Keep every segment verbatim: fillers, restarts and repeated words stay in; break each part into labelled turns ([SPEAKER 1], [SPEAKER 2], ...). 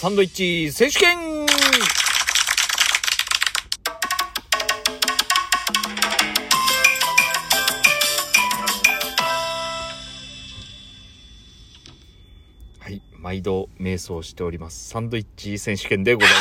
[SPEAKER 1] サンドイッチ選手権。はい、毎度瞑想しておりますサンドイッチ選手権でございます。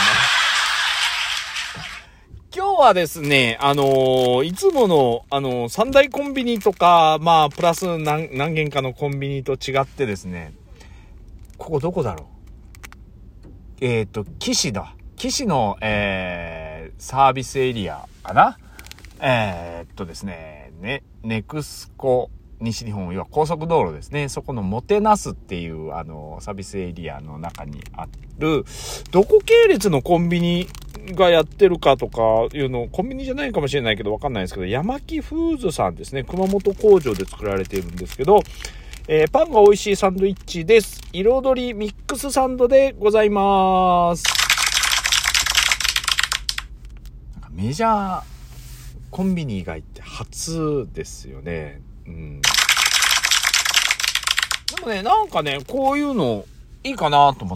[SPEAKER 1] 今日はですね、あのー、いつもの、あのー、三大コンビニとか、まあ、プラス何、何軒かのコンビニと違ってですね、ここどこだろうえっと、岸だ。岸の、えー、サービスエリアかなえー、っとですね、ね、ネクスコ西日本、要は高速道路ですね。そこのもてなすっていう、あの、サービスエリアの中にある、どこ系列のコンビニがやってるかとかいうの、コンビニじゃないかもしれないけどわかんないですけど、山木フーズさんですね。熊本工場で作られているんですけど、えー、パンが美味しいサンドイッチです。彩りミックスサンドでございます。なんかメジャーコンビニ以外って初ですよね。うん。でもね、なんかね、こういうのいいかなと思って、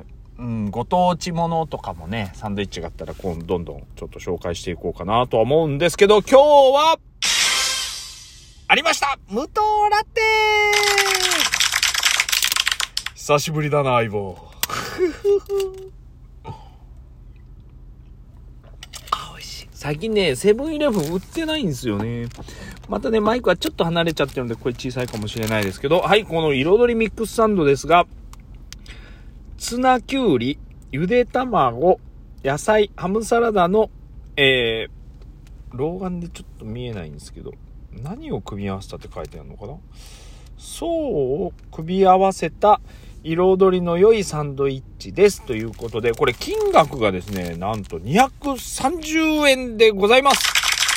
[SPEAKER 1] うん、ご当地ものとかもね、サンドイッチがあったらこうどんどんちょっと紹介していこうかなとは思うんですけど、今日はありました無糖ラテー久しぶりだな、相棒。あ、美味しい。最近ね、セブンイレブン売ってないんですよね。またね、マイクはちょっと離れちゃってるので、これ小さいかもしれないですけど、はい、この彩りミックスサンドですが、ツナキュウリ、ゆで卵、野菜、ハムサラダの、えー、老眼でちょっと見えないんですけど、何を組み合わせたって書いてあるのかな？そうを組み合わせた彩りの良いサンドイッチですということで、これ金額がですね、なんとにひゃくさんじゅうえんでございます。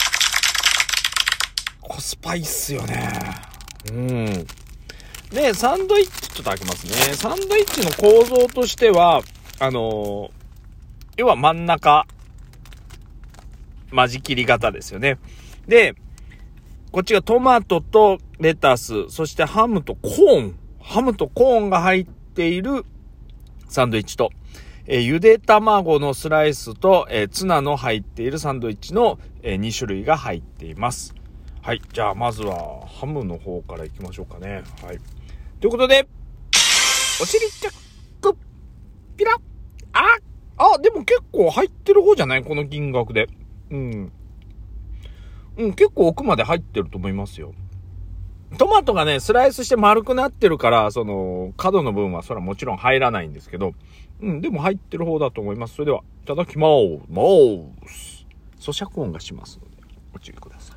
[SPEAKER 1] コスパいいっすよね。うん。で、サンドイッチちょっと開けますね。サンドイッチの構造としては、あのー、要は真ん中間仕切り型ですよね。で、こっちがトマトとレタス、そしてハムとコーン、ハムとコーンが入っているサンドイッチと、えー、ゆで卵のスライスと、えー、ツナの入っているサンドイッチの、えー、に種類が入っています。はい。じゃあ、まずはハムの方からいきましょうかね。はい。ということで、お尻チャック、ピラッ、あ、あ、でも結構入ってる方じゃないこの金額で。うん。うん、結構奥まで入ってると思いますよ。トマトがね、スライスして丸くなってるから、その、角の部分はそれはもちろん入らないんですけど、うん、でも入ってる方だと思います。それでは、いただきまーす。咀嚼音がしますので、ご注意ください。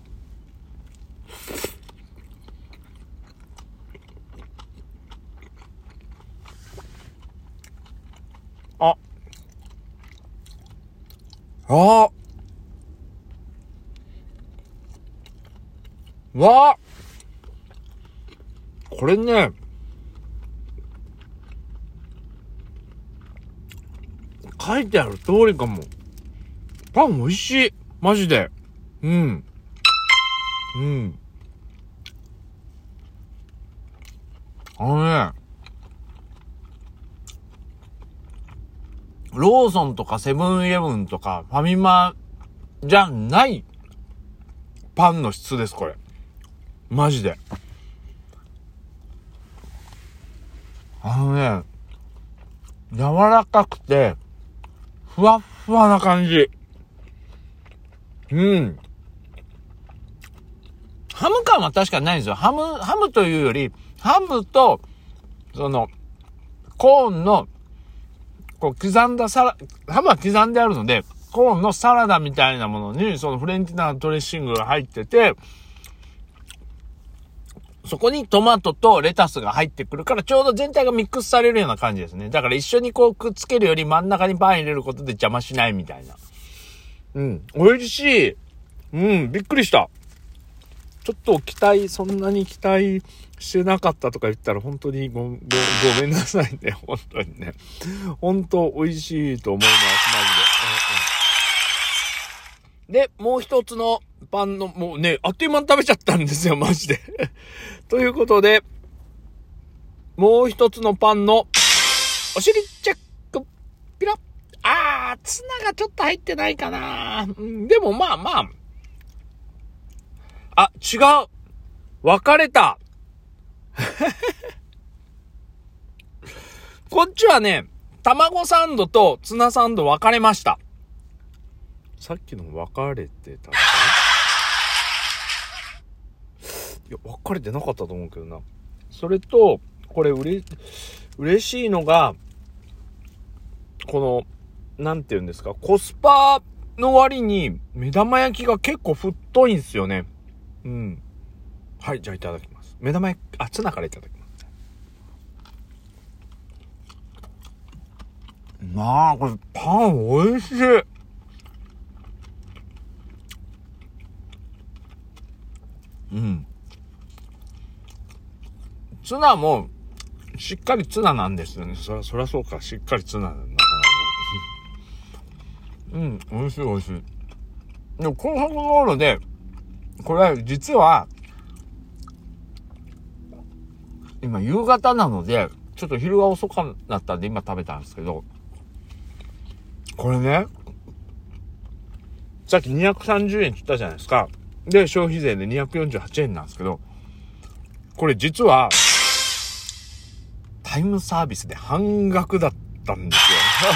[SPEAKER 1] あ。あー。わあこれね、書いてある通りかも。パン美味しい。マジで。うん。うん。あのね、ローソンとかセブンイレブンとかファミマじゃないパンの質です、これ。マジで。あのね、柔らかくて、ふわっふわな感じ。うん。ハム感は確かにないんですよ。ハム、ハムというより、ハムと、その、コーンの、こう刻んだサラ、ハムは刻んであるので、コーンのサラダみたいなものに、そのフレンチなドレッシングが入ってて、そこにトマトとレタスが入ってくるから、ちょうど全体がミックスされるような感じですね。だから一緒にこうくっつけるより真ん中にパン入れることで邪魔しないみたいな。うん。美味しい。うん、びっくりした。ちょっと期待、そんなに期待してなかったとか言ったら本当にご、ご、ごめんなさいね。本当にね。本当美味しいと思います。マジで。で、もう一つのパンの、もうね、あっという間に食べちゃったんですよ、マジで。ということで、もう一つのパンの、お尻チェック、 ピラ。あー、ツナがちょっと入ってないかな。うん、でもまあまあ。あ、違う。分かれた。こっちはね、卵サンドとツナサンド分かれました。さっきの分かれてた。いや、分かれてなかったと思うけどな。それと、これうれ、嬉しいのが、この、なんていうんですか、コスパの割に目玉焼きが結構太いんですよね。うん。はい、じゃあいただきます。目玉焼き、あ、ツナからいただきます。まあ、これパン美味しい。うん。ツナもしっかりツナなんですよね。そら、そらそうか、しっかりツナなんだ。うん、美味しい美味しい。でも、高速道路で、これ実は、今夕方なので、ちょっと昼が遅くなったんで今食べたんですけど、これね、さっきにひゃくさんじゅうえんって言ったじゃないですか。で、消費税でにひゃくよんじゅうはちえんなんですけど、これ実は、タイムサービスで半額だったんですよ。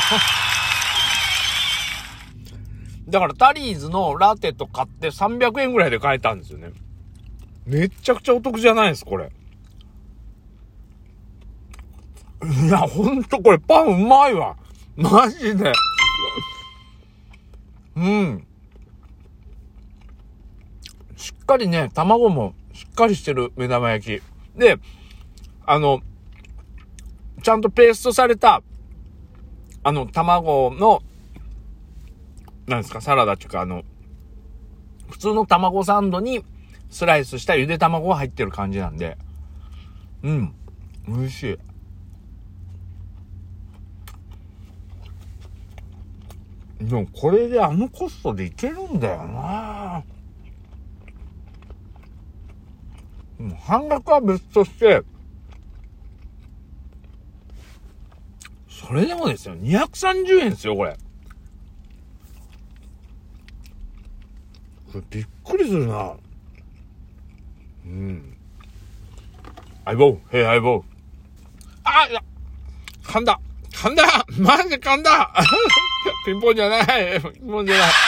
[SPEAKER 1] だからタリーズのラテと買ってさんびゃくえんぐらいで買えたんですよね。めっちゃくちゃお得じゃないです、これ。いや、ほんとこれパンうまいわ。マジで。うん。しっかりね、卵もしっかりしてる目玉焼き。で、あの、ちゃんとペーストされた、あの、卵の、なんですか、サラダっていうか、あの、普通の卵サンドにスライスしたゆで卵が入ってる感じなんで、うん、美味しい。でもこれであのコストでいけるんだよな。もう半額は別として、それでもですよ、にひゃくさんじゅうえんですよ、これ。これびっくりするな。うん。相棒、へい相棒。あ、いや、噛んだ。噛んだマジで噛んだピンポンじゃない。ピンポンじゃない。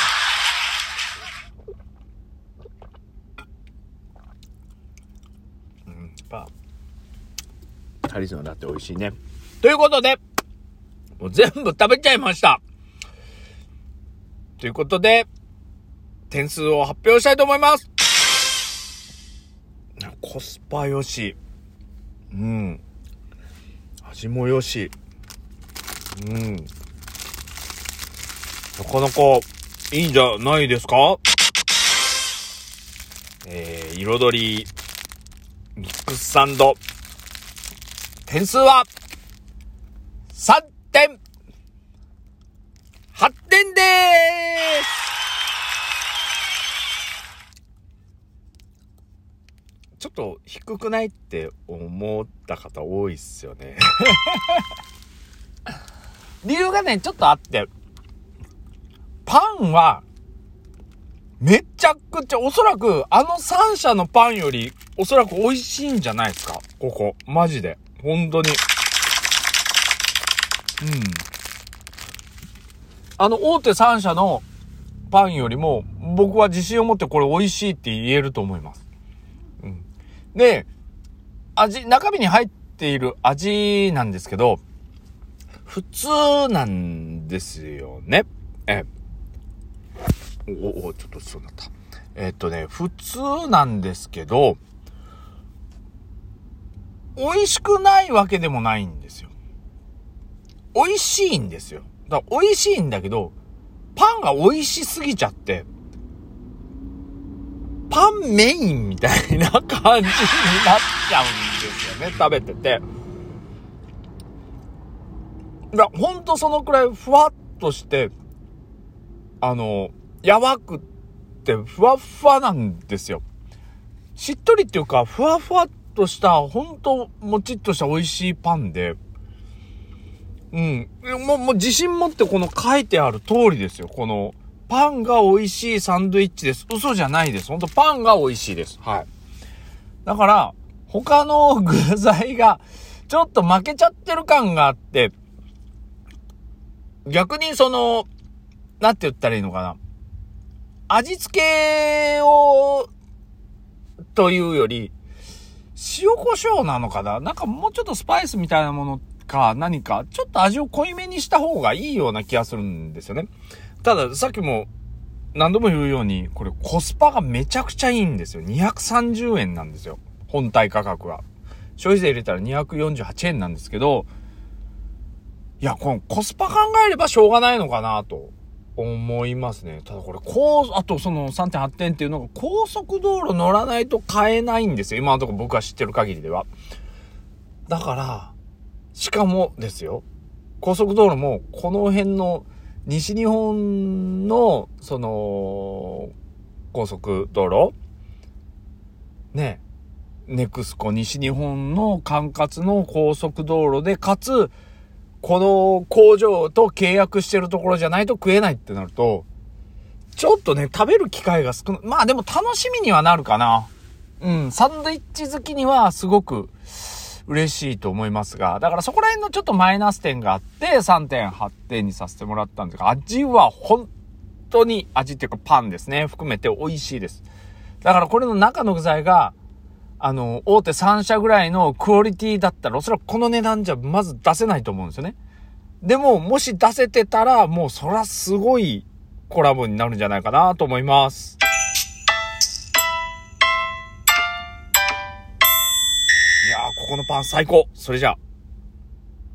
[SPEAKER 1] うん、やっぱ、タリーズのラテ美味しいね。ということで、もう全部食べちゃいました。ということで、点数を発表したいと思います。コスパよし。うん。味もよし。うん。なかなかいいんじゃないですか？えー、彩りミックスサンド。点数はさんてんはってんでーす。ちょっと低くないって思った方多いっすよね。理由がね、ちょっとあって、パンはめちゃくちゃ、おそらくあのさん社のパンよりおそらく美味しいんじゃないですか、ここ。マジで。本当に。うん。あの大手さん社のパンよりも僕は自信を持ってこれ美味しいって言えると思います。うん。で、味、中身に入っている味なんですけど、普通なんですよね。え、お、お、ちょっとそうだった。えっとね、普通なんですけど、美味しくないわけでもないんですよ。美味しいんですよ。だから美味しいんだけど、パンが美味しすぎちゃって、パンメインみたいな感じになっちゃうんですよね、食べてて。だほんとそのくらいふわっとして、あの、やわくってふわふわなんですよ。しっとりっていうか、ふわふわっとした、ほんともちっとした美味しいパンで、 うん。もう、もう自信持ってこの書いてある通りですよ。この、パンが美味しいサンドイッチです。嘘じゃないです。ほんとパンが美味しいです。はい。だから、他の具材が、ちょっと負けちゃってる感があって、逆にその、なんて言ったらいいのかな。味付けを、というより、塩コショウなのかな、なんかもうちょっとスパイスみたいなものか何か、ちょっと味を濃いめにした方がいいような気がするんですよね。ただ、さっきも何度も言うように、これコスパがめちゃくちゃいいんですよ。にひゃくさんじゅうえんなんですよ。本体価格が。消費税入れたらにひゃくよんじゅうはちえんなんですけど、いや、このコスパ考えればしょうがないのかなと思いますね。ただこれ、こう、あとその さんてんはち 点っていうのが高速道路乗らないと買えないんですよ。今のところ僕が知ってる限りでは。だから、しかもですよ、高速道路もこの辺の西日本のその高速道路ね、ネクスコ西日本の管轄の高速道路で、かつこの工場と契約してるところじゃないと食えないってなると、ちょっとね、食べる機会が少ない。まあでも楽しみにはなるかな。うん、サンドイッチ好きにはすごく嬉しいと思いますが、だからそこら辺のちょっとマイナス点があって さんてんはち 点にさせてもらったんですが、味は本当に、味っていうかパンですね、含めて美味しいです。だからこれの中の具材があの大手さん社ぐらいのクオリティだったら、おそらくこの値段じゃまず出せないと思うんですよね。でももし出せてたら、もうそらすごいコラボになるんじゃないかなと思います。いやー、ここのパン最高。それじゃあ